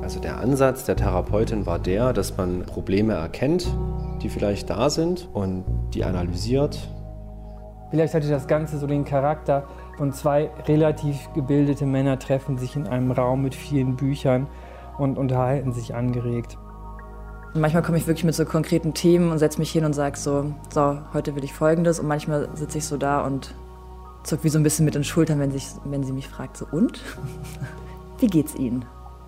Also der Ansatz der Therapeutin war der, dass man Probleme erkennt, die vielleicht da sind und die analysiert. Vielleicht hatte das Ganze so den Charakter von zwei relativ gebildete Männer treffen sich in einem Raum mit vielen Büchern und unterhalten sich angeregt. Und manchmal komme ich wirklich mit so konkreten Themen und setze mich hin und sage so, heute will ich Folgendes. Und manchmal sitze ich so da und zucke wie so ein bisschen mit den Schultern, wenn sie mich fragt, so und? Wie geht's Ihnen?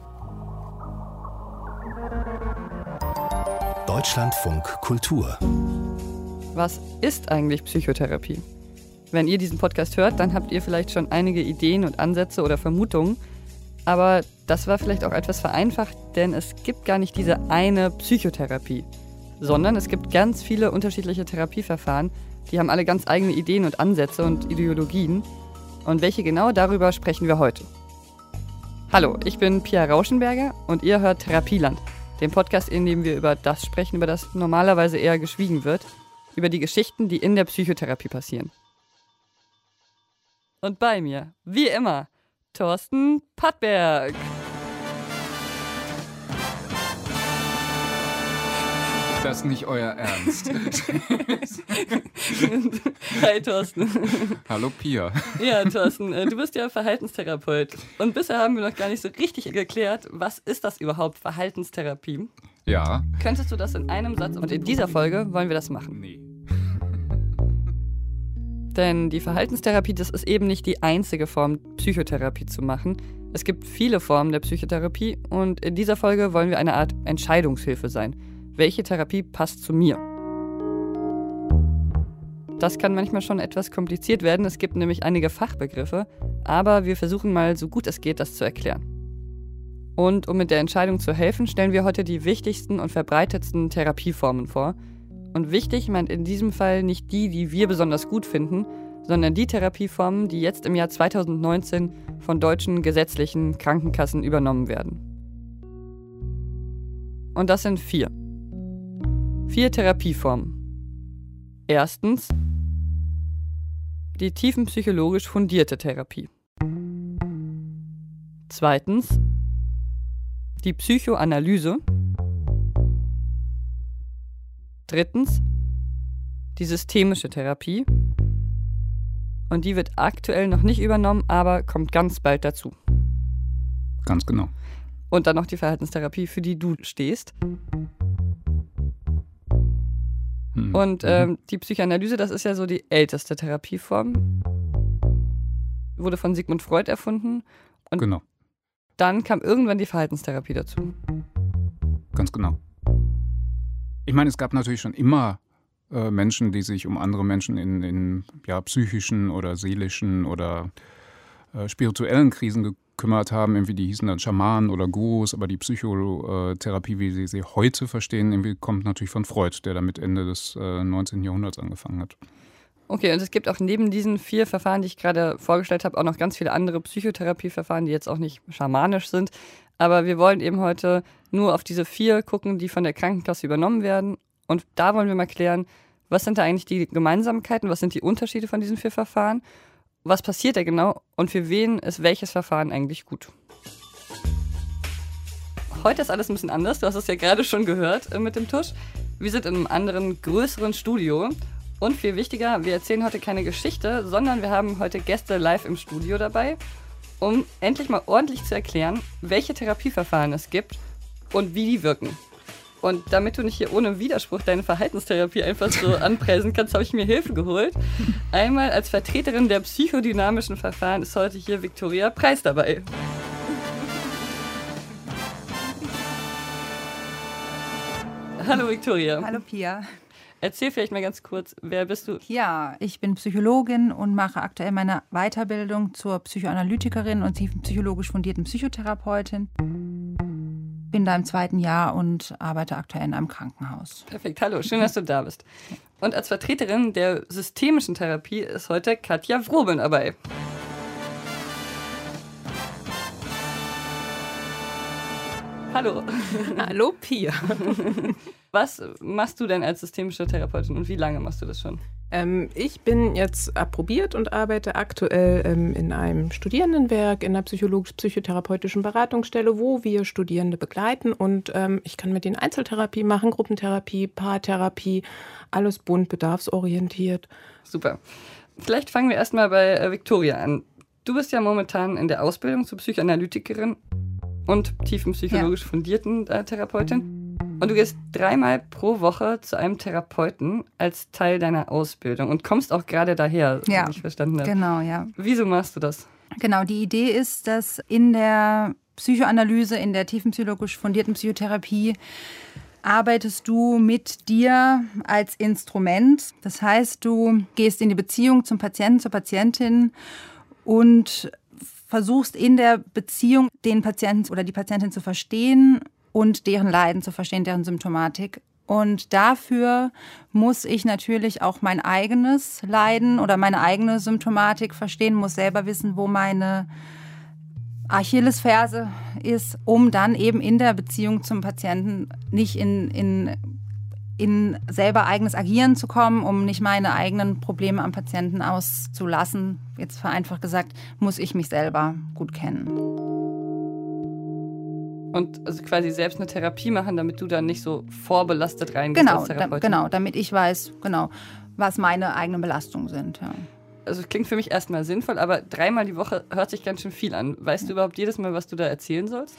Deutschlandfunk Kultur. Was ist eigentlich Psychotherapie? Wenn ihr diesen Podcast hört, dann habt ihr vielleicht schon einige Ideen und Ansätze oder Vermutungen. Aber das war vielleicht auch etwas vereinfacht, denn es gibt gar nicht diese eine Psychotherapie, sondern es gibt ganz viele unterschiedliche Therapieverfahren, die haben alle ganz eigene Ideen und Ansätze und Ideologien. Und welche genau, darüber sprechen wir heute. Hallo, ich bin Pia Rauschenberger und ihr hört Therapieland, den Podcast, in dem wir über das sprechen, über das normalerweise eher geschwiegen wird, über die Geschichten, die in der Psychotherapie passieren. Und bei mir, wie immer, Thorsten Pattberg. Das ist nicht euer Ernst. Hi Thorsten. Hallo Pia. Ja, Thorsten, du bist ja Verhaltenstherapeut. Und bisher haben wir noch gar nicht so richtig geklärt, was ist das überhaupt, Verhaltenstherapie? Ja. Könntest du das in einem Satz? Und in dieser Folge wollen wir das machen. Nee. Denn die Verhaltenstherapie, das ist eben nicht die einzige Form, Psychotherapie zu machen. Es gibt viele Formen der Psychotherapie und in dieser Folge wollen wir eine Art Entscheidungshilfe sein. Welche Therapie passt zu mir? Das kann manchmal schon etwas kompliziert werden. Es gibt nämlich einige Fachbegriffe, aber wir versuchen mal, so gut es geht, das zu erklären. Und um mit der Entscheidung zu helfen, stellen wir heute die wichtigsten und verbreitetsten Therapieformen vor. Und wichtig meint in diesem Fall nicht die, die wir besonders gut finden, sondern die Therapieformen, die jetzt im Jahr 2019 von deutschen gesetzlichen Krankenkassen übernommen werden. Und das sind 4. 4 Therapieformen. Erstens, die tiefenpsychologisch fundierte Therapie. Zweitens, die Psychoanalyse. Drittens, die systemische Therapie. Und die wird aktuell noch nicht übernommen, aber kommt ganz bald dazu. Ganz genau. Und dann noch die Verhaltenstherapie, für die du stehst. Und die Psychoanalyse, das ist ja so die älteste Therapieform. Wurde von Sigmund Freud erfunden. Und genau. Dann kam irgendwann die Verhaltenstherapie dazu. Ganz genau. Ich meine, es gab natürlich schon immer Menschen, die sich um andere Menschen in psychischen oder seelischen oder spirituellen Krisen gekümmert haben. Irgendwie die hießen dann Schamanen oder Gurus, aber die Psychotherapie, wie sie sie heute verstehen, irgendwie kommt natürlich von Freud, der damit Ende des 19. Jahrhunderts angefangen hat. Okay, und es gibt auch neben diesen 4 Verfahren, die ich gerade vorgestellt habe, auch noch ganz viele andere Psychotherapieverfahren, die jetzt auch nicht schamanisch sind. Aber wir wollen eben heute nur auf diese 4 gucken, die von der Krankenkasse übernommen werden. Und da wollen wir mal klären, was sind da eigentlich die Gemeinsamkeiten, was sind die Unterschiede von diesen 4 Verfahren, was passiert da genau und für wen ist welches Verfahren eigentlich gut. Heute ist alles ein bisschen anders, du hast es ja gerade schon gehört mit dem Tusch. Wir sind in einem anderen, größeren Studio und viel wichtiger, wir erzählen heute keine Geschichte, sondern wir haben heute Gäste live im Studio dabei, um endlich mal ordentlich zu erklären, welche Therapieverfahren es gibt und wie die wirken. Und damit du nicht hier ohne Widerspruch deine Verhaltenstherapie einfach so anpreisen kannst, habe ich mir Hilfe geholt. Einmal als Vertreterin der psychodynamischen Verfahren ist heute hier Viktoria Preis dabei. Hallo Viktoria. Hallo Pia. Erzähl vielleicht mal ganz kurz, wer bist du? Ja, ich bin Psychologin und mache aktuell meine Weiterbildung zur Psychoanalytikerin und tiefenpsychologisch fundierten Psychotherapeutin. Bin da im 2. Jahr und arbeite aktuell in einem Krankenhaus. Perfekt, hallo, schön, dass du da bist. Und als Vertreterin der systemischen Therapie ist heute Katja Wrobeln dabei. Hallo. Hallo Pia. Was machst du denn als systemische Therapeutin und wie lange machst du das schon? Ich bin jetzt approbiert und arbeite aktuell in einem Studierendenwerk in der psychologisch-psychotherapeutischen Beratungsstelle, wo wir Studierende begleiten. Und ich kann mit denen Einzeltherapie machen, Gruppentherapie, Paartherapie, alles bunt, bedarfsorientiert. Super. Vielleicht fangen wir erstmal bei Viktoria an. Du bist ja momentan in der Ausbildung zur Psychoanalytikerin und tiefenpsychologisch fundierten Therapeutin. Und du gehst 3-mal pro Woche zu einem Therapeuten als Teil deiner Ausbildung und kommst auch gerade daher, ja, wie ich verstanden habe. Genau, ja. Wieso machst du das? Genau, die Idee ist, dass in der Psychoanalyse, in der tiefenpsychologisch fundierten Psychotherapie arbeitest du mit dir als Instrument. Das heißt, du gehst in die Beziehung zum Patienten, zur Patientin und versuchst in der Beziehung den Patienten oder die Patientin zu verstehen und deren Leiden zu verstehen, deren Symptomatik. Und dafür muss ich natürlich auch mein eigenes Leiden oder meine eigene Symptomatik verstehen, muss selber wissen, wo meine Achillesferse ist, um dann eben in der Beziehung zum Patienten nicht in selber eigenes Agieren zu kommen, um nicht meine eigenen Probleme am Patienten auszulassen. Jetzt vereinfacht gesagt, muss ich mich selber gut kennen. Und also quasi selbst eine Therapie machen, damit du dann nicht so vorbelastet reingehst als Therapeutin. Genau, damit ich weiß, was meine eigenen Belastungen sind. Ja. Also es klingt für mich erstmal sinnvoll, aber 3-mal die Woche hört sich ganz schön viel an. Weißt du überhaupt jedes Mal, was du da erzählen sollst?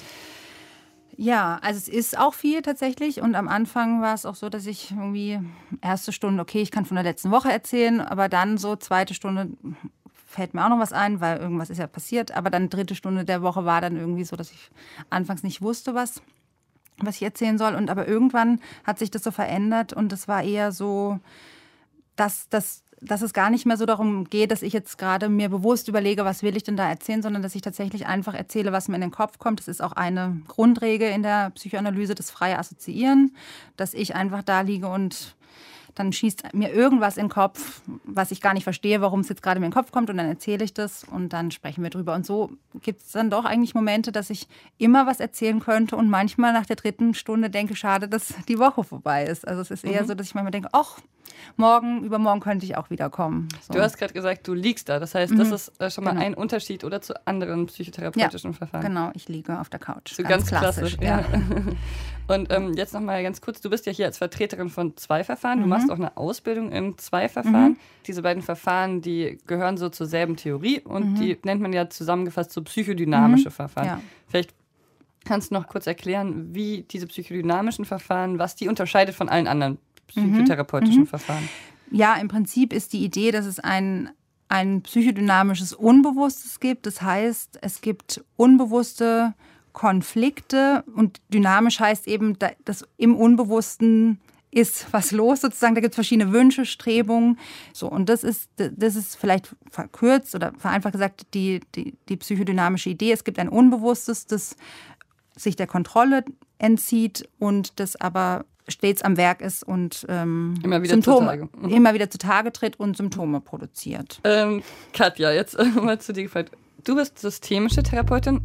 Ja, also es ist auch viel tatsächlich. Und am Anfang war es auch so, dass ich irgendwie erste Stunde, okay, ich kann von der letzten Woche erzählen, aber dann so zweite Stunde fällt mir auch noch was ein, weil irgendwas ist ja passiert. Aber dann dritte Stunde der Woche war dann irgendwie so, dass ich anfangs nicht wusste, was ich erzählen soll. Und aber irgendwann hat sich das so verändert und es war eher so, dass es gar nicht mehr so darum geht, dass ich jetzt gerade mir bewusst überlege, was will ich denn da erzählen, sondern dass ich tatsächlich einfach erzähle, was mir in den Kopf kommt. Das ist auch eine Grundregel in der Psychoanalyse, das freie Assoziieren, dass ich einfach da liege und dann schießt mir irgendwas in den Kopf, was ich gar nicht verstehe, warum es jetzt gerade mir in den Kopf kommt und dann erzähle ich das und dann sprechen wir drüber. Und so gibt es dann doch eigentlich Momente, dass ich immer was erzählen könnte und manchmal nach der 3. Stunde denke, schade, dass die Woche vorbei ist. Also es ist eher so, dass ich manchmal denke, ach, übermorgen könnte ich auch wiederkommen. So. Du hast gerade gesagt, du liegst da. Das heißt, das ist schon mal ein Unterschied oder zu anderen psychotherapeutischen Verfahren. Genau, ich liege auf der Couch. So ganz klassisch. Ja. Und jetzt nochmal ganz kurz, du bist ja hier als Vertreterin von 2 Verfahren. Du machst auch eine Ausbildung in 2 Verfahren. Diese beiden Verfahren, die gehören so zur selben Theorie und die nennt man ja zusammengefasst so psychodynamische Verfahren. Ja. Vielleicht kannst du noch kurz erklären, wie diese psychodynamischen Verfahren, was die unterscheidet von allen anderen psychotherapeutischen Verfahren. Ja, im Prinzip ist die Idee, dass es ein psychodynamisches Unbewusstes gibt. Das heißt, es gibt unbewusste Konflikte und dynamisch heißt eben, dass im Unbewussten ist was los sozusagen. Da gibt es verschiedene Wünsche, Strebungen. So, und das ist vielleicht verkürzt oder vereinfacht gesagt die psychodynamische Idee. Es gibt ein Unbewusstes, das sich der Kontrolle entzieht und das aber stets am Werk ist und immer wieder zutage tritt und Symptome produziert. Katja, jetzt mal zu dir gefragt. Du bist systemische Therapeutin.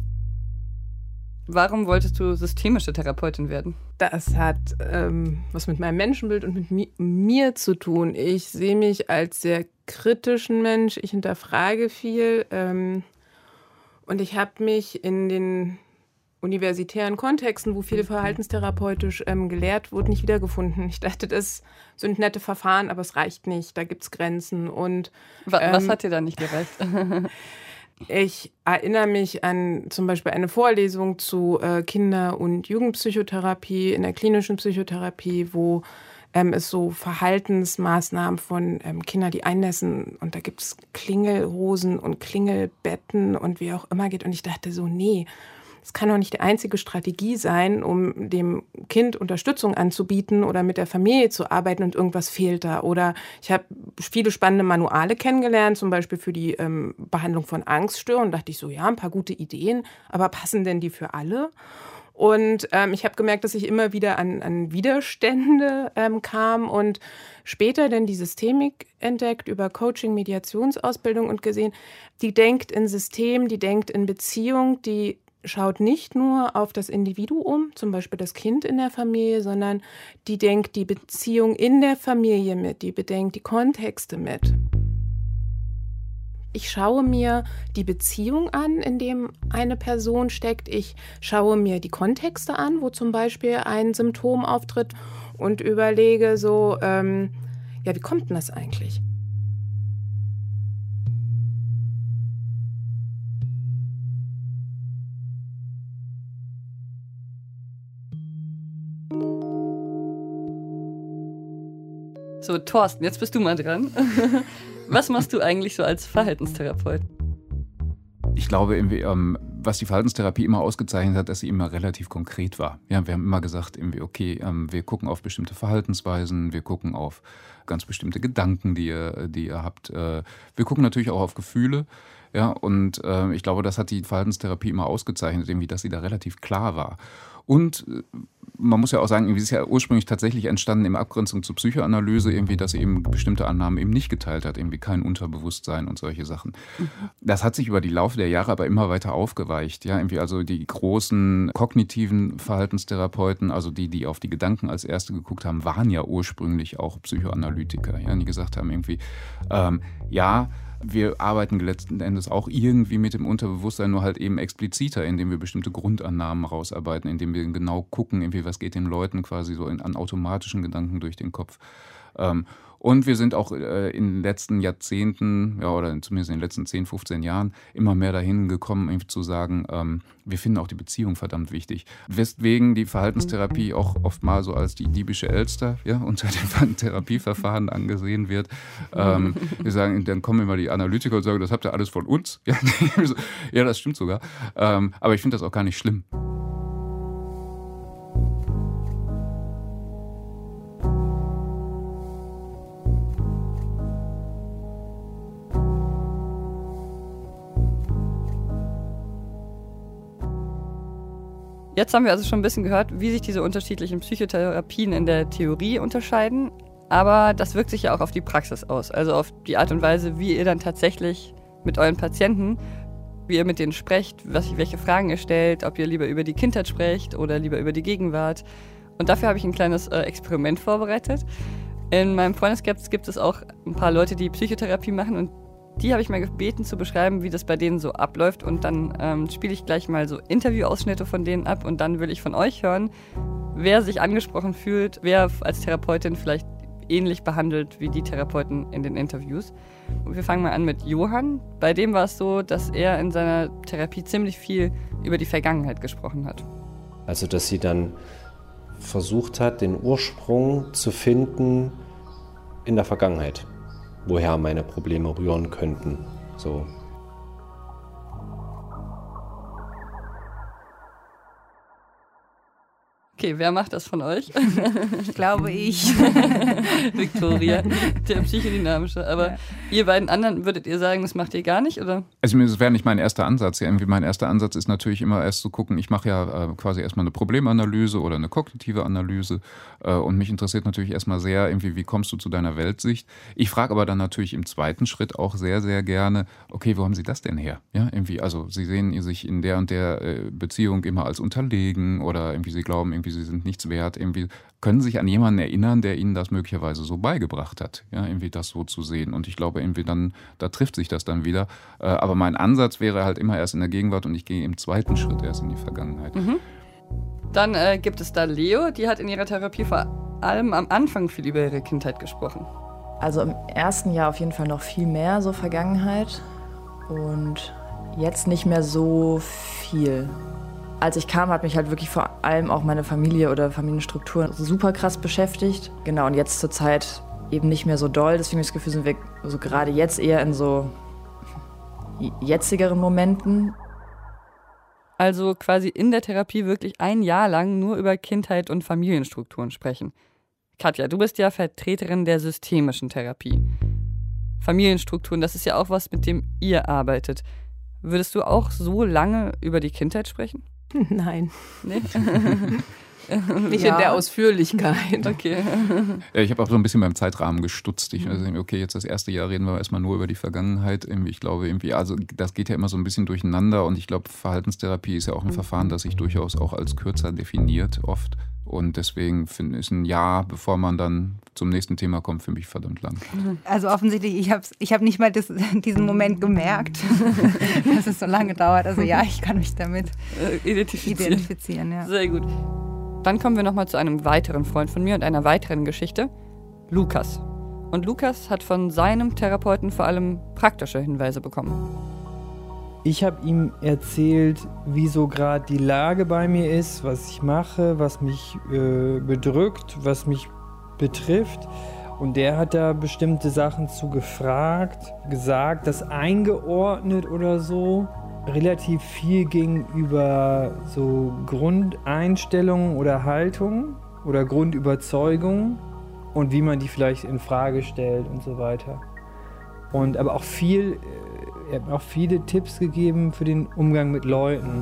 Warum wolltest du systemische Therapeutin werden? Das hat was mit meinem Menschenbild und mit mir zu tun. Ich sehe mich als sehr kritischen Mensch. Ich hinterfrage viel. Und ich habe mich in den universitären Kontexten, wo viel verhaltenstherapeutisch gelehrt wurde, nicht wiedergefunden. Ich dachte, das sind nette Verfahren, aber es reicht nicht. Da gibt es Grenzen. Und was hat dir da nicht gereicht? Ich erinnere mich an zum Beispiel eine Vorlesung zu Kinder- und Jugendpsychotherapie in der klinischen Psychotherapie, wo es so Verhaltensmaßnahmen von Kindern, die einnässen und da gibt es Klingelhosen und Klingelbetten und wie auch immer geht. Und ich dachte so, nee, das kann doch nicht die einzige Strategie sein, um dem Kind Unterstützung anzubieten oder mit der Familie zu arbeiten und irgendwas fehlt da. Oder ich habe viele spannende Manuale kennengelernt, zum Beispiel für die Behandlung von Angststörungen. Da dachte ich so, ja, ein paar gute Ideen, aber passen denn die für alle? Und ich habe gemerkt, dass ich immer wieder an Widerstände kam und später dann die Systemik entdeckt über Coaching, Mediationsausbildung und gesehen, die denkt in System, die denkt in Beziehung, die schaut nicht nur auf das Individuum, zum Beispiel das Kind in der Familie, sondern die denkt die Beziehung in der Familie mit, die bedenkt die Kontexte mit. Ich schaue mir die Beziehung an, in dem eine Person steckt. Ich schaue mir die Kontexte an, wo zum Beispiel ein Symptom auftritt und überlege so, wie kommt denn das eigentlich? So, Thorsten, jetzt bist du mal dran. Was machst du eigentlich so als Verhaltenstherapeut? Ich glaube, irgendwie, was die Verhaltenstherapie immer ausgezeichnet hat, dass sie immer relativ konkret war. Ja, wir haben immer gesagt, irgendwie, okay, wir gucken auf bestimmte Verhaltensweisen, wir gucken auf ganz bestimmte Gedanken, die ihr habt. Wir gucken natürlich auch auf Gefühle. Ja, und ich glaube, das hat die Verhaltenstherapie immer ausgezeichnet, irgendwie, dass sie da relativ klar war. Und man muss ja auch sagen, irgendwie ist es ja ursprünglich tatsächlich entstanden in Abgrenzung zur Psychoanalyse, irgendwie, dass sie eben bestimmte Annahmen eben nicht geteilt hat, irgendwie kein Unterbewusstsein und solche Sachen. Das hat sich über die Laufe der Jahre aber immer weiter aufgeweicht. Ja, irgendwie also die großen kognitiven Verhaltenstherapeuten, also die auf die Gedanken als Erste geguckt haben, waren ja ursprünglich auch Psychoanalytiker, ja, die gesagt haben irgendwie, wir arbeiten letzten Endes auch irgendwie mit dem Unterbewusstsein, nur halt eben expliziter, indem wir bestimmte Grundannahmen rausarbeiten, indem wir genau gucken, irgendwie, was geht den Leuten quasi so an automatischen Gedanken durch den Kopf. Und wir sind auch in den letzten Jahrzehnten, ja, oder zumindest in den letzten 10, 15 Jahren immer mehr dahin gekommen, irgendwie zu sagen, wir finden auch die Beziehung verdammt wichtig. Weswegen die Verhaltenstherapie auch oft mal so als die diebische Elster, ja, unter den Therapieverfahren angesehen wird. Wir sagen, dann kommen immer die Analytiker und sagen, das habt ihr alles von uns. Ja, das stimmt sogar. Aber ich finde das auch gar nicht schlimm. Jetzt haben wir also schon ein bisschen gehört, wie sich diese unterschiedlichen Psychotherapien in der Theorie unterscheiden. Aber das wirkt sich ja auch auf die Praxis aus. Also auf die Art und Weise, wie ihr dann tatsächlich mit euren Patienten, wie ihr mit denen sprecht, welche Fragen ihr stellt, ob ihr lieber über die Kindheit sprecht oder lieber über die Gegenwart. Und dafür habe ich ein kleines Experiment vorbereitet. In meinem Freundeskreis gibt es auch ein paar Leute, die Psychotherapie machen, und die habe ich mal gebeten zu beschreiben, wie das bei denen so abläuft, und dann spiele ich gleich mal so Interviewausschnitte von denen ab, und dann will ich von euch hören, wer sich angesprochen fühlt, wer als Therapeutin vielleicht ähnlich behandelt wie die Therapeuten in den Interviews. Und wir fangen mal an mit Johann. Bei dem war es so, dass er in seiner Therapie ziemlich viel über die Vergangenheit gesprochen hat. Also dass sie dann versucht hat, den Ursprung zu finden in der Vergangenheit, woher meine Probleme rühren könnten. So. Okay, wer macht das von euch? Ich glaube ich. Victoria, der Psychodynamische. Aber ihr beiden anderen, würdet ihr sagen, das macht ihr gar nicht, oder? Also das wäre nicht mein erster Ansatz. Irgendwie mein erster Ansatz ist natürlich immer erst zu gucken, ich mache ja quasi erstmal eine Problemanalyse oder eine kognitive Analyse, und mich interessiert natürlich erstmal sehr, irgendwie, wie kommst du zu deiner Weltsicht. Ich frage aber dann natürlich im zweiten Schritt auch sehr, sehr gerne, okay, wo haben Sie das denn her? Ja, irgendwie, also Sie sehen sich in der und der Beziehung immer als unterlegen, oder irgendwie Sie glauben, irgendwie Sie sind nichts wert, irgendwie können Sie sich an jemanden erinnern, der Ihnen das möglicherweise so beigebracht hat, ja, irgendwie das so zu sehen. Und ich glaube, irgendwie dann, da trifft sich das dann wieder. Aber mein Ansatz wäre halt immer erst in der Gegenwart, und ich gehe im zweiten Schritt erst in die Vergangenheit. Mhm. Dann gibt es da Leo, die hat in ihrer Therapie vor allem am Anfang viel über ihre Kindheit gesprochen. Also im ersten Jahr auf jeden Fall noch viel mehr so Vergangenheit und jetzt nicht mehr so viel. Als ich kam, hat mich halt wirklich vor allem auch meine Familie oder Familienstrukturen super krass beschäftigt. Genau, und jetzt zur Zeit eben nicht mehr so doll. Deswegen habe ich das Gefühl, sind wir so gerade jetzt eher in so jetzigeren Momenten. Also quasi in der Therapie wirklich ein Jahr lang nur über Kindheit und Familienstrukturen sprechen. Katja, du bist ja Vertreterin der systemischen Therapie. Familienstrukturen, das ist ja auch was, mit dem ihr arbeitet. Würdest du auch so lange über die Kindheit sprechen? Nein. Nee? Nicht in der Ausführlichkeit. Okay. Ich habe auch so ein bisschen beim Zeitrahmen gestutzt. Ich also, okay, jetzt das erste Jahr reden wir erstmal nur über die Vergangenheit. Ich glaube, also das geht ja immer so ein bisschen durcheinander und ich glaube, Verhaltenstherapie ist ja auch ein Verfahren, das sich durchaus auch als kürzer definiert oft. Und deswegen ist ein Jahr, bevor man dann zum nächsten Thema kommt, für mich verdammt lang. Also offensichtlich, ich hab nicht mal diesen Moment gemerkt, dass es so lange dauert. Also ja, ich kann mich damit identifizieren. Ja. Sehr gut. Dann kommen wir nochmal zu einem weiteren Freund von mir und einer weiteren Geschichte, Lukas. Und Lukas hat von seinem Therapeuten vor allem praktische Hinweise bekommen. Ich habe ihm erzählt, wie so gerade die Lage bei mir ist, was ich mache, was mich bedrückt, was mich betrifft. Und der hat da bestimmte Sachen zu gefragt, gesagt, das eingeordnet oder so. Relativ viel ging über so Grundeinstellungen oder Haltungen oder Grundüberzeugungen und wie man die vielleicht in Frage stellt und so weiter. Und aber auch er hat mir auch viele Tipps gegeben für den Umgang mit Leuten.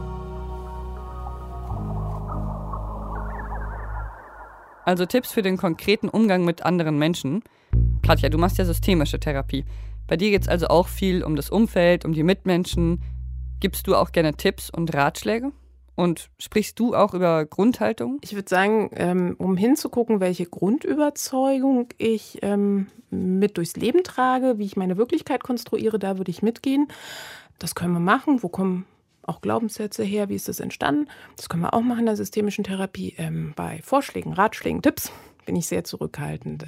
Also Tipps für den konkreten Umgang mit anderen Menschen. Katja, du machst ja systemische Therapie. Bei dir geht es also auch viel um das Umfeld, um die Mitmenschen. Gibst du auch gerne Tipps und Ratschläge? Und sprichst du auch über Grundhaltung? Ich würde sagen, um hinzugucken, welche Grundüberzeugung ich mit durchs Leben trage, wie ich meine Wirklichkeit konstruiere, da würde ich mitgehen. Das können wir machen. Wo kommen auch Glaubenssätze her? Wie ist das entstanden? Das können wir auch machen in der systemischen Therapie. Bei Vorschlägen, Ratschlägen, Tipps bin ich sehr zurückhaltend.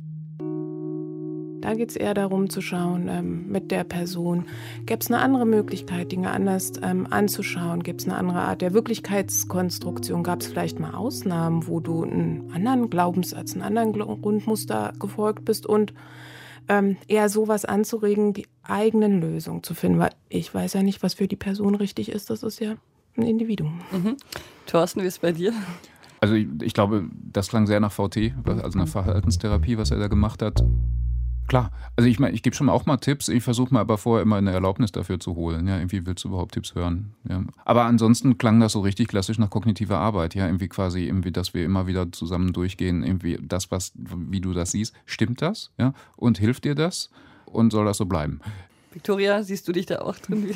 Da geht es eher darum zu schauen, mit der Person, gäbe es eine andere Möglichkeit, Dinge anders anzuschauen, gibt es eine andere Art der Wirklichkeitskonstruktion, gab es vielleicht mal Ausnahmen, wo du einen anderen Glaubenssatz, einen anderen Grundmuster gefolgt bist und eher sowas anzuregen, die eigenen Lösungen zu finden, weil ich weiß ja nicht, was für die Person richtig ist, das ist ja ein Individuum. Mhm. Thorsten, wie ist es bei dir? Also ich glaube, das klang sehr nach VT, also nach Verhaltenstherapie, was er da gemacht hat. Klar, also ich meine, ich gebe schon auch mal Tipps, ich versuche mal aber vorher immer eine Erlaubnis dafür zu holen. Ja, irgendwie willst du überhaupt Tipps hören. Ja. Aber ansonsten klang das so richtig klassisch nach kognitiver Arbeit. Ja, irgendwie, dass wir immer wieder zusammen durchgehen, irgendwie das, wie du das siehst, stimmt das? Ja? Und hilft dir das? Und soll das so bleiben? Victoria, siehst du dich da auch drin?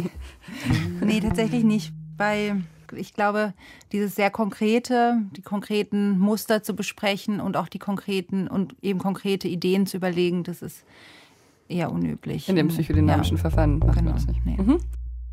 Nee, tatsächlich nicht, weil ich glaube, dieses sehr konkrete, die konkreten Muster zu besprechen und auch die konkrete Ideen zu überlegen, das ist eher unüblich. In dem psychodynamischen Verfahren macht man das nicht. Nee. Mhm.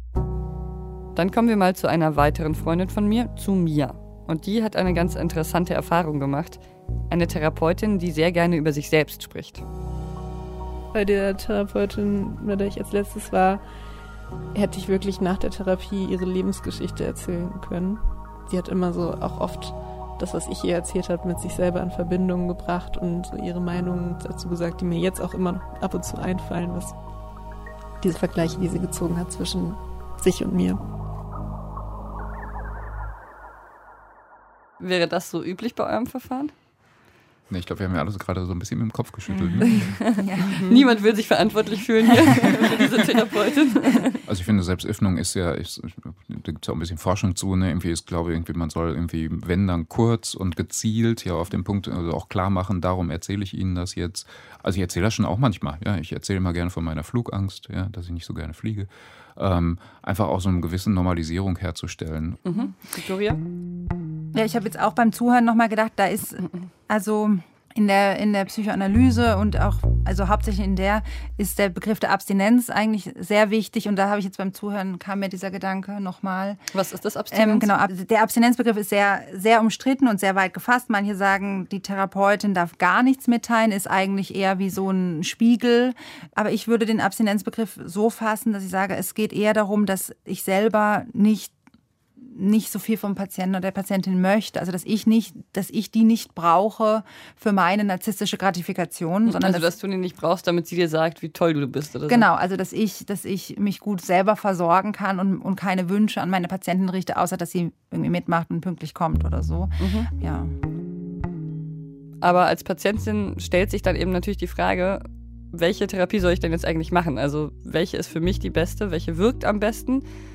Dann kommen wir mal zu einer weiteren Freundin von mir, zu Mia. Und die hat eine ganz interessante Erfahrung gemacht. Eine Therapeutin, die sehr gerne über sich selbst spricht. Bei der Therapeutin, bei der ich als letztes war, hätte ich wirklich nach der Therapie ihre Lebensgeschichte erzählen können. Sie hat immer so auch oft das, was ich ihr erzählt habe, mit sich selber in Verbindung gebracht und so ihre Meinungen dazu gesagt, die mir jetzt auch immer noch ab und zu einfallen, was diese Vergleiche, die sie gezogen hat zwischen sich und mir. Wäre das so üblich bei eurem Verfahren? Nee, ich glaube, wir haben ja alle gerade so ein bisschen mit dem Kopf geschüttelt. Ne? Ja. Niemand will sich verantwortlich fühlen hier für diese Therapeutin. Also ich finde, Selbstöffnung ist ja, da gibt es ja auch ein bisschen Forschung zu, ne? Irgendwie ist, glaube ich, man soll irgendwie, wenn dann kurz und gezielt ja auf den Punkt also auch klar machen, darum erzähle ich Ihnen das jetzt. Also ich erzähle das schon auch manchmal, ja. Ich erzähle immer gerne von meiner Flugangst, ja, dass ich nicht so gerne fliege. Einfach auch so eine gewisse Normalisierung herzustellen. Mhm. Victoria? Ja, ich habe jetzt auch beim Zuhören nochmal gedacht, da ist also in der Psychoanalyse und auch, also hauptsächlich in der, ist der Begriff der Abstinenz eigentlich sehr wichtig. Und da habe ich jetzt beim Zuhören, kam mir dieser Gedanke nochmal. Was ist das Abstinenz? Genau, der Abstinenzbegriff ist sehr, sehr umstritten und sehr weit gefasst. Manche sagen, die Therapeutin darf gar nichts mitteilen, ist eigentlich eher wie so ein Spiegel. Aber ich würde den Abstinenzbegriff so fassen, dass ich sage, es geht eher darum, dass ich selber nicht so viel vom Patienten oder der Patientin möchte. Also dass ich die nicht brauche für meine narzisstische Gratifikation. Sondern also dass du die nicht brauchst, damit sie dir sagt, wie toll du bist. Oder so. Genau, also dass ich mich gut selber versorgen kann und keine Wünsche an meine Patientin richte, außer dass sie irgendwie mitmacht und pünktlich kommt oder so. Mhm. Ja. Aber als Patientin stellt sich dann eben natürlich die Frage, welche Therapie soll ich denn jetzt eigentlich machen? Also welche ist für mich die beste, welche wirkt am besten?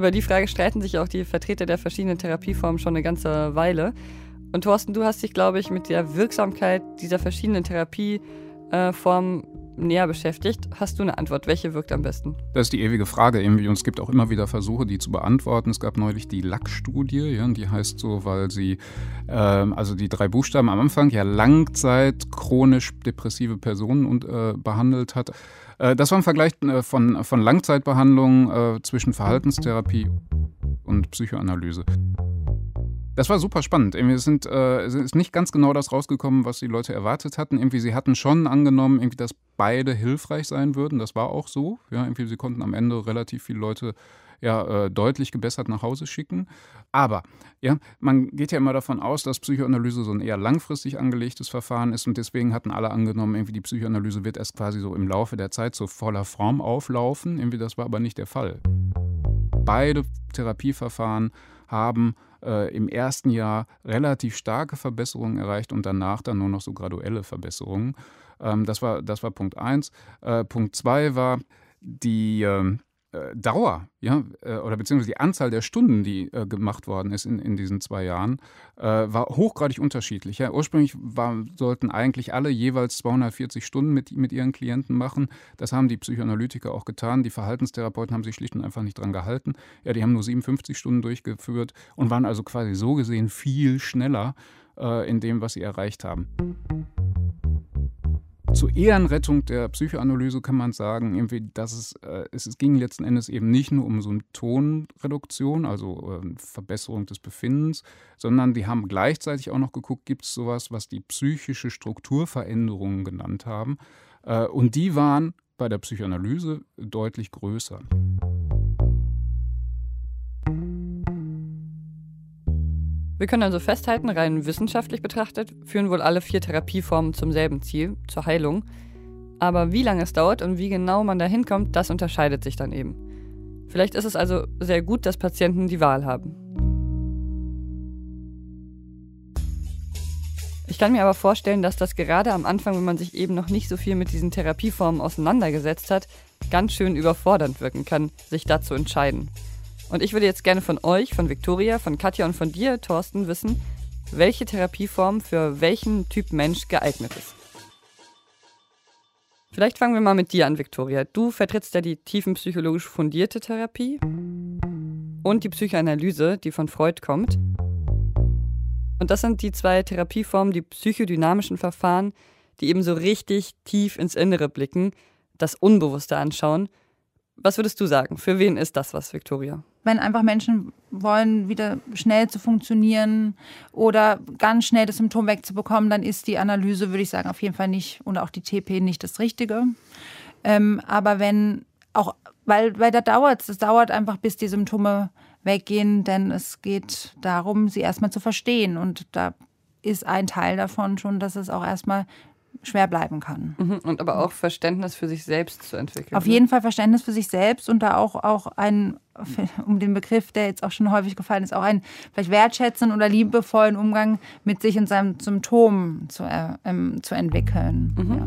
Über die Frage streiten sich auch die Vertreter der verschiedenen Therapieformen schon eine ganze Weile. Und Thorsten, du hast dich, glaube ich, mit der Wirksamkeit dieser verschiedenen Therapieformen näher beschäftigt. Hast du eine Antwort? Welche wirkt am besten? Das ist die ewige Frage irgendwie und es gibt auch immer wieder Versuche, die zu beantworten. Es gab neulich die LAC-Studie, ja, die heißt so, weil sie, also die 3 Buchstaben am Anfang, ja Langzeit chronisch depressive Personen behandelt hat. Das war ein Vergleich von Langzeitbehandlung zwischen Verhaltenstherapie und Psychoanalyse. Das war super spannend. Es ist nicht ganz genau das rausgekommen, was die Leute erwartet hatten. Sie hatten schon angenommen, dass beide hilfreich sein würden. Das war auch so. Ja, sie konnten am Ende relativ viele Leute deutlich gebessert nach Hause schicken. Aber ja, man geht ja immer davon aus, dass Psychoanalyse so ein eher langfristig angelegtes Verfahren ist. Und deswegen hatten alle angenommen, die Psychoanalyse wird erst quasi so im Laufe der Zeit so voller Form auflaufen. Das war aber nicht der Fall. Beide Therapieverfahren haben im ersten Jahr relativ starke Verbesserungen erreicht und danach dann nur noch so graduelle Verbesserungen. Das war Punkt 1. Punkt 2 war die Dauer, ja, oder beziehungsweise die Anzahl der Stunden, die gemacht worden ist in diesen 2 Jahren, war hochgradig unterschiedlich. Ja. Ursprünglich sollten eigentlich alle jeweils 240 Stunden mit ihren Klienten machen. Das haben die Psychoanalytiker auch getan. Die Verhaltenstherapeuten haben sich schlicht und einfach nicht dran gehalten. Ja, die haben nur 57 Stunden durchgeführt und waren also quasi so gesehen viel schneller in dem, was sie erreicht haben. Zur Ehrenrettung der Psychoanalyse kann man sagen, dass es ging letzten Endes eben nicht nur um Symptomreduktion, also Verbesserung des Befindens, sondern die haben gleichzeitig auch noch geguckt, gibt es sowas, was die psychische Strukturveränderungen genannt haben. Und die waren bei der Psychoanalyse deutlich größer. Wir können also festhalten, rein wissenschaftlich betrachtet, führen wohl alle 4 Therapieformen zum selben Ziel, zur Heilung. Aber wie lange es dauert und wie genau man da hinkommt, das unterscheidet sich dann eben. Vielleicht ist es also sehr gut, dass Patienten die Wahl haben. Ich kann mir aber vorstellen, dass das gerade am Anfang, wenn man sich eben noch nicht so viel mit diesen Therapieformen auseinandergesetzt hat, ganz schön überfordernd wirken kann, sich da zu entscheiden. Und ich würde jetzt gerne von euch, von Viktoria, von Katja und von dir, Thorsten, wissen, welche Therapieform für welchen Typ Mensch geeignet ist. Vielleicht fangen wir mal mit dir an, Viktoria. Du vertrittst ja die tiefenpsychologisch fundierte Therapie und die Psychoanalyse, die von Freud kommt. Und das sind die 2 Therapieformen, die psychodynamischen Verfahren, die eben so richtig tief ins Innere blicken, das Unbewusste anschauen. Was würdest du sagen? Für wen ist das was, Viktoria? Wenn einfach Menschen wollen, wieder schnell zu funktionieren oder ganz schnell das Symptom wegzubekommen, dann ist die Analyse, würde ich sagen, auf jeden Fall nicht und auch die TP nicht das Richtige. Aber wenn auch, weil da es dauert einfach, bis die Symptome weggehen, denn es geht darum, sie erstmal zu verstehen. Und da ist ein Teil davon schon, dass es auch erstmal schwer bleiben kann. Und aber auch Verständnis für sich selbst zu entwickeln. Auf jeden Fall Verständnis für sich selbst und da auch ein, um den Begriff, der jetzt auch schon häufig gefallen ist, auch einen vielleicht wertschätzenden oder liebevollen Umgang mit sich und seinem Symptom zu entwickeln. Ja.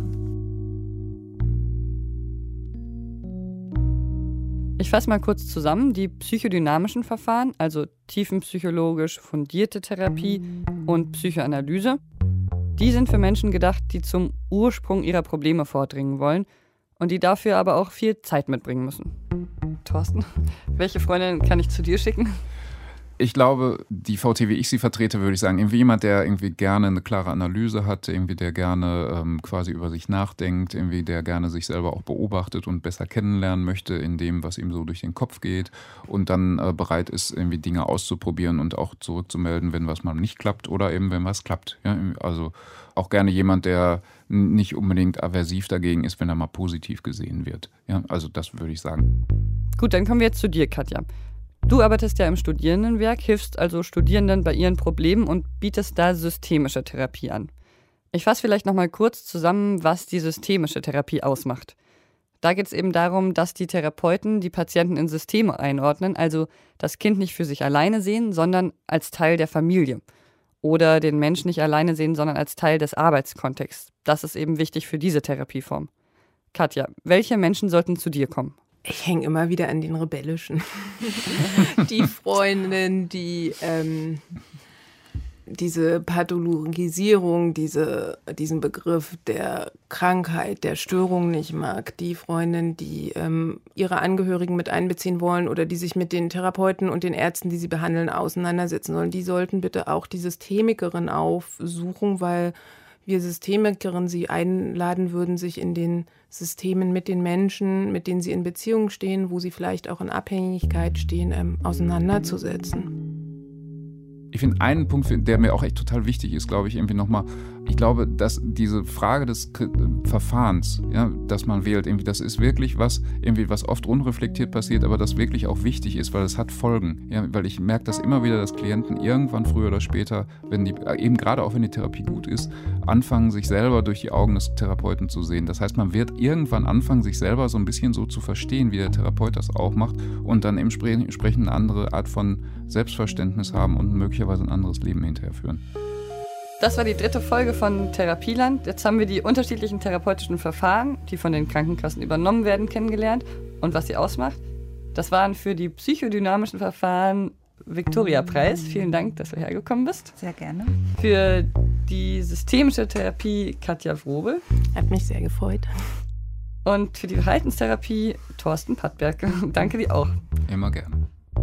Ich fasse mal kurz zusammen. Die psychodynamischen Verfahren, also tiefenpsychologisch fundierte Therapie und Psychoanalyse, die sind für Menschen gedacht, die zum Ursprung ihrer Probleme vordringen wollen und die dafür aber auch viel Zeit mitbringen müssen. Thorsten, welche Freundin kann ich zu dir schicken? Ich glaube, die VT, wie ich sie vertrete, würde ich sagen, jemand, der gerne eine klare Analyse hat, der gerne quasi über sich nachdenkt, der gerne sich selber auch beobachtet und besser kennenlernen möchte in dem, was ihm so durch den Kopf geht und dann bereit ist, Dinge auszuprobieren und auch zurückzumelden, wenn was mal nicht klappt oder wenn was klappt. Ja? Also auch gerne jemand, der nicht unbedingt aversiv dagegen ist, wenn er mal positiv gesehen wird. Ja? Also das würde ich sagen. Gut, dann kommen wir jetzt zu dir, Katja. Du arbeitest ja im Studierendenwerk, hilfst also Studierenden bei ihren Problemen und bietest da systemische Therapie an. Ich fasse vielleicht nochmal kurz zusammen, was die systemische Therapie ausmacht. Da geht es eben darum, dass die Therapeuten die Patienten in Systeme einordnen, also das Kind nicht für sich alleine sehen, sondern als Teil der Familie. Oder den Menschen nicht alleine sehen, sondern als Teil des Arbeitskontexts. Das ist eben wichtig für diese Therapieform. Katja, welche Menschen sollten zu dir kommen? Ich hänge immer wieder an den Rebellischen. Die Freundin, die diese Pathologisierung, diesen Begriff der Krankheit, der Störung nicht mag. Die Freundin, die ihre Angehörigen mit einbeziehen wollen oder die sich mit den Therapeuten und den Ärzten, die sie behandeln, auseinandersetzen sollen. Die sollten bitte auch die Systemikerin aufsuchen, weil wir Systemikerin sie einladen würden, sich in den Systemen mit den Menschen, mit denen sie in Beziehung stehen, wo sie vielleicht auch in Abhängigkeit stehen, auseinanderzusetzen. Ich finde einen Punkt, der mir auch echt total wichtig ist, glaube ich, irgendwie nochmal, ich glaube, dass diese Frage des Verfahrens, ja, das man wählt, irgendwie, das ist wirklich was oft unreflektiert passiert, aber das wirklich auch wichtig ist, weil es hat Folgen. Ja, weil ich merke das immer wieder, dass Klienten irgendwann früher oder später, wenn die, eben gerade auch wenn die Therapie gut ist, anfangen, sich selber durch die Augen des Therapeuten zu sehen. Das heißt, man wird irgendwann anfangen, sich selber so ein bisschen so zu verstehen, wie der Therapeut das auch macht und dann entsprechend eine andere Art von Selbstverständnis haben und möglicherweise ein anderes Leben hinterher führen. Das war die 3. Folge von Therapieland. Jetzt haben wir die unterschiedlichen therapeutischen Verfahren, die von den Krankenkassen übernommen werden, kennengelernt und was sie ausmacht. Das waren für die psychodynamischen Verfahren Viktoria-Preis. Vielen Dank, dass du hergekommen bist. Sehr gerne. Für die systemische Therapie Katja Wrobel. Hat mich sehr gefreut. Und für die Verhaltenstherapie Thorsten Pattberg. Danke dir auch. Immer gerne.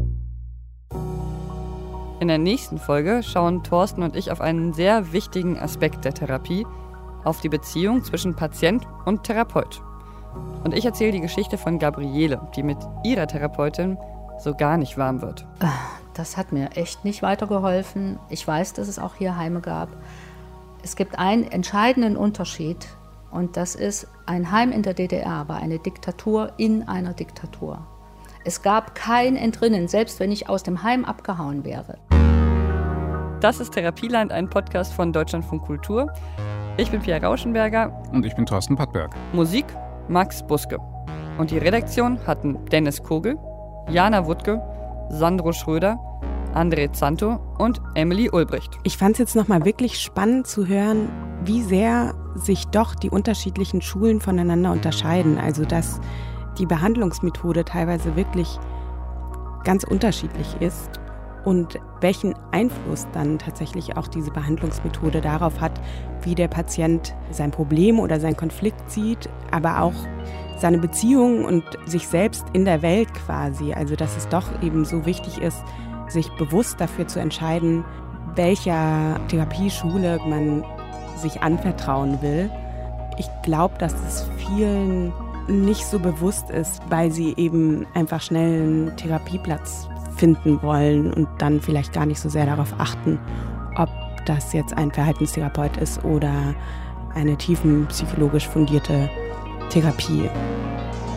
In der nächsten Folge schauen Thorsten und ich auf einen sehr wichtigen Aspekt der Therapie, auf die Beziehung zwischen Patient und Therapeut. Und ich erzähle die Geschichte von Gabriele, die mit ihrer Therapeutin so gar nicht warm wird. Das hat mir echt nicht weitergeholfen. Ich weiß, dass es auch hier Heime gab. Es gibt einen entscheidenden Unterschied und das ist, ein Heim in der DDR war eine Diktatur in einer Diktatur. Es gab kein Entrinnen, selbst wenn ich aus dem Heim abgehauen wäre. Das ist Therapieland, ein Podcast von Deutschlandfunk Kultur. Ich bin Pia Rauschenberger. Und ich bin Thorsten Pattberg. Musik Max Buske. Und die Redaktion hatten Dennis Kogel, Jana Wuttke, Sandro Schröder, André Zanto und Emily Ulbricht. Ich fand es jetzt nochmal wirklich spannend zu hören, wie sehr sich doch die unterschiedlichen Schulen voneinander unterscheiden. Also dass die Behandlungsmethode teilweise wirklich ganz unterschiedlich ist und welchen Einfluss dann tatsächlich auch diese Behandlungsmethode darauf hat, wie der Patient sein Problem oder seinen Konflikt sieht, aber auch seine Beziehung und sich selbst in der Welt quasi. Also dass es doch eben so wichtig ist, sich bewusst dafür zu entscheiden, welcher Therapieschule man sich anvertrauen will. Ich glaube, dass es vielen nicht so bewusst ist, weil sie eben einfach schnell einen Therapieplatz finden wollen und dann vielleicht gar nicht so sehr darauf achten, ob das jetzt ein Verhaltenstherapeut ist oder eine tiefenpsychologisch fundierte Therapie.